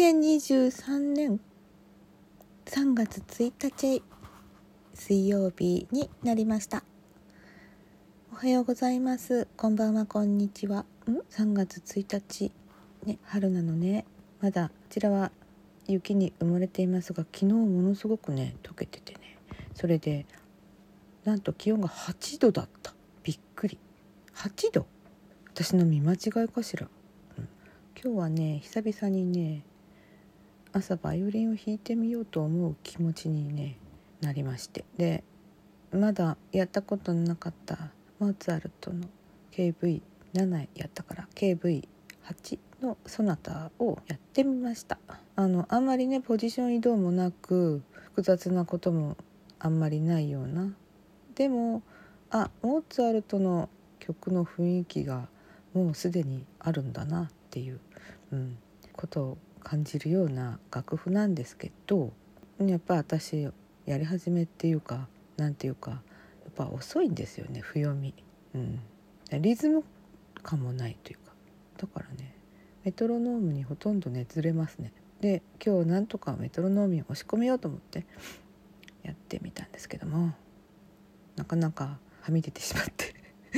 2023年3月1日水曜日になりました。おはようございます。こんばんは、こんにちは。3月1日、ね、春なのね。まだこちらは雪に埋もれていますが、昨日ものすごくね溶けててね、それでなんと気温が8度だった。びっくり。8度、私の見間違いかしら。今日はね久々にね朝バイオリンを弾いてみようと思う気持ちに、ね、なりまして、でまだやったことのなかったモーツァルトの KV7 やったから KV8 のソナタをやってみました。あんまりねポジション移動もなく複雑なこともあんまりないような、でもモーツァルトの曲の雰囲気がもうすでにあるんだなっていう、ことを感じるような楽譜なんですけど、やっぱ私やり始めっていうかなんていうかやっぱ遅いんですよね、譜読み、リズム感もないというか、だからねメトロノームにほとんどねずれますね。で今日なんとかメトロノームに押し込めようと思ってやってみたんですけども、なかなかはみ出てしまって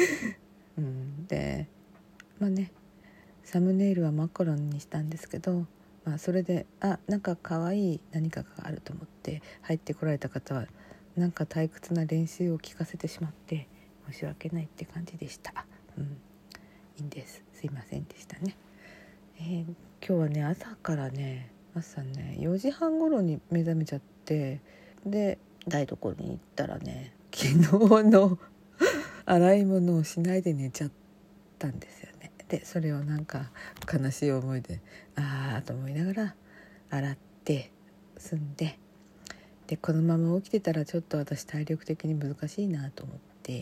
でサムネイルはマカロンにしたんですけど、それでなんか可愛い何かがあると思って入ってこられた方はなんか退屈な練習を聞かせてしまって申し訳ないって感じでした。いいんです、すいませんでしたね。今日はね朝4時半頃に目覚めちゃって、で台所に行ったらね昨日の洗い物をしないで寝ちゃったんですよね。でそれをなんか悲しい思いでと思いながら洗って済んで、でこのまま起きてたらちょっと私体力的に難しいなと思って、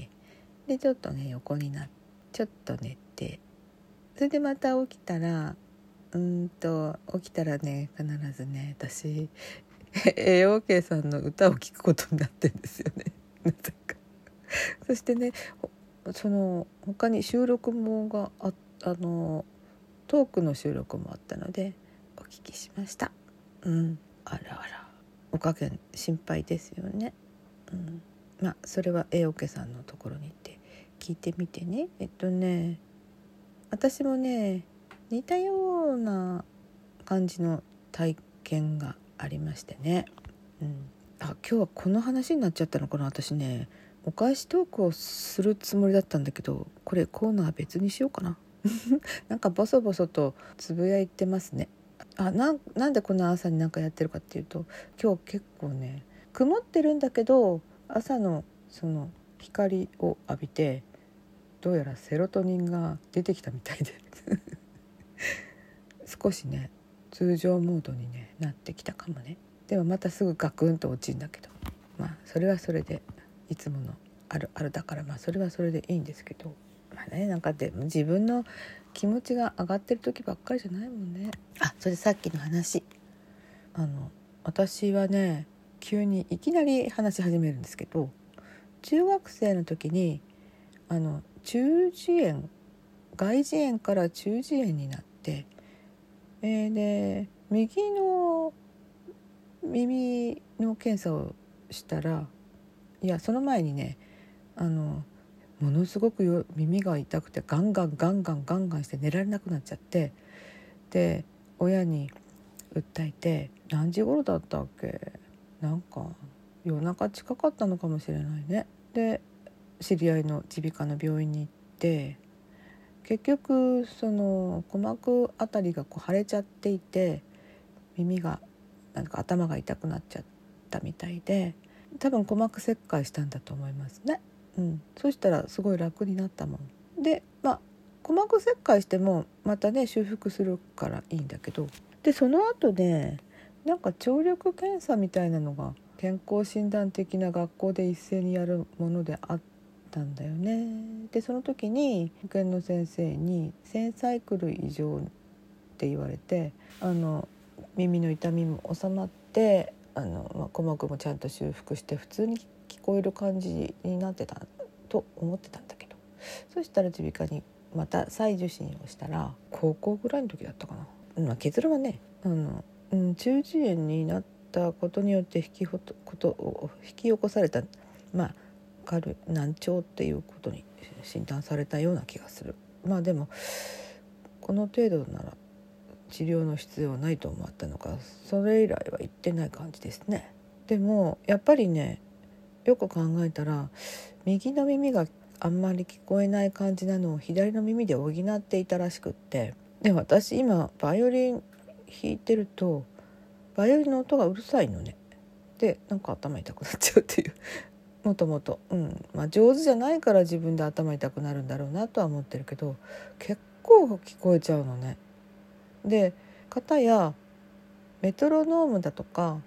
でちょっとね横になってちょっと寝て、それでまた起きたらね必ずね私AOK さんの歌を聴くことになってるんですよねなぜか。そしてねその他に収録もがトークの収録もあったのでお聞きしました。あらおかげ心配ですよね。それはAOKさんのところに行って聞いてみてね。私もね似たような感じの体験がありましてね。今日はこの話になっちゃったのかな。私ねお返しトークをするつもりだったんだけど、これコーナー別にしようかななんかボソボソとつぶやいてますね。なんでこの朝になんかやってるかっていうと、今日結構ね曇ってるんだけど朝のその光を浴びてどうやらセロトニンが出てきたみたいで少しね通常モードに、なってきたかもね。でもまたすぐガクンと落ちるんだけど、それはそれでいつものあるだから、それはそれでいいんですけど、なんかでも自分の気持ちが上がってる時ばっかりじゃないもんね。それでさっきの話、私はね急にいきなり話し始めるんですけど、中学生の時に中耳炎、外耳炎から中耳炎になって、で右の耳の検査をしたら、その前にねものすごく耳が痛くてガンガンして寝られなくなっちゃって、で親に訴えて、何時頃だったっけ、なんか夜中近かったのかもしれないね。で知り合いの耳鼻科の病院に行って、結局その鼓膜あたりが腫れちゃっていて、耳がなんか頭が痛くなっちゃったみたいで、多分鼓膜切開したんだと思いますね。そしたらすごい楽になったもんで、鼓膜切開してもまたね修復するからいいんだけど、でその後ねなんか聴力検査みたいなのが健康診断的な学校で一斉にやるものであったんだよね。でその時に保健の先生に1000サイクル以上って言われて、耳の痛みも収まって鼓膜もちゃんと修復して普通に聞こえる感じになってたと思ってたんだけど、そしたら耳鼻科にまた再受診をしたら高校ぐらいの時だったかな。結論はね中耳炎になったことによって引き起こされた、難聴っていうことに診断されたような気がする。でもこの程度なら治療の必要はないと思ったのか、それ以来は言ってない感じですね。でもやっぱりね、よく考えたら右の耳があんまり聞こえない感じなのを左の耳で補っていたらしくって、で私今バイオリン弾いてるとバイオリンの音がうるさいのね。でなんか頭痛くなっちゃうっていうもともと上手じゃないから自分で頭痛くなるんだろうなとは思ってるけど、結構聞こえちゃうのね。で片やメトロノームだとか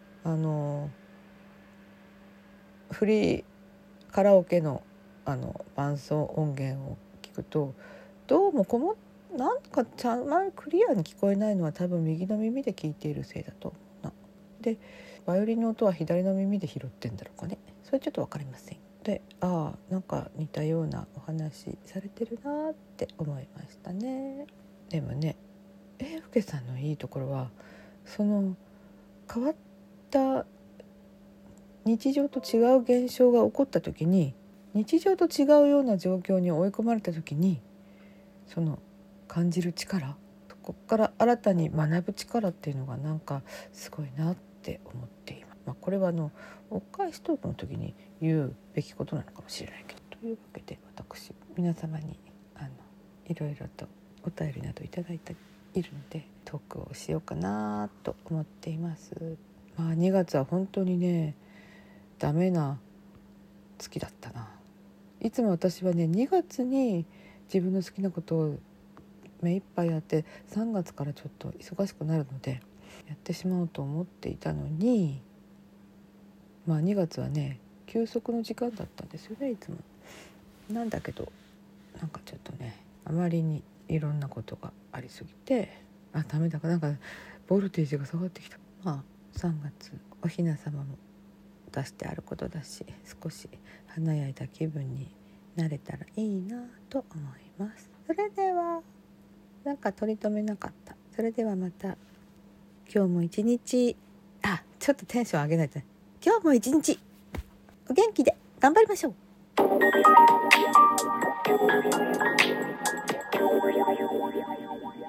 フリーカラオケの伴奏音源を聞くと、どうもなんかクリアに聞こえないのは多分右の耳で聞いているせいだと思うな。でバイオリンの音は左の耳で拾ってんだろうかね。それちょっと分かりません。でなんか似たようなお話されてるなって思いましたね。でもね、ふけさんのいいところはその変わった日常と違う現象が起こった時に、日常と違うような状況に追い込まれた時に、その感じる力、そこから新たに学ぶ力っていうのがなんかすごいなって思っています。これはおっかいストークの時に言うべきことなのかもしれないけど、というわけで私皆様にいろいろとお便りなどいただいているのでトークをしようかなと思っています。2月は本当にねダメな月だったな。いつも私はね2月に自分の好きなことを目いっぱいやって3月からちょっと忙しくなるのでやってしまおうと思っていたのに、2月はね休息の時間だったんですよね、いつも。なんだけどなんかちょっとねあまりにいろんなことがありすぎてダメだから、なんかボルテージが下がってきた。3月おひな様も出してあることだし、少し華やいだ気分になれたらいいなと思います。それではなんか取り留めなかった。それではまた今日も一日ちょっとテンション上げないとね。今日も一日お元気で頑張りましょう。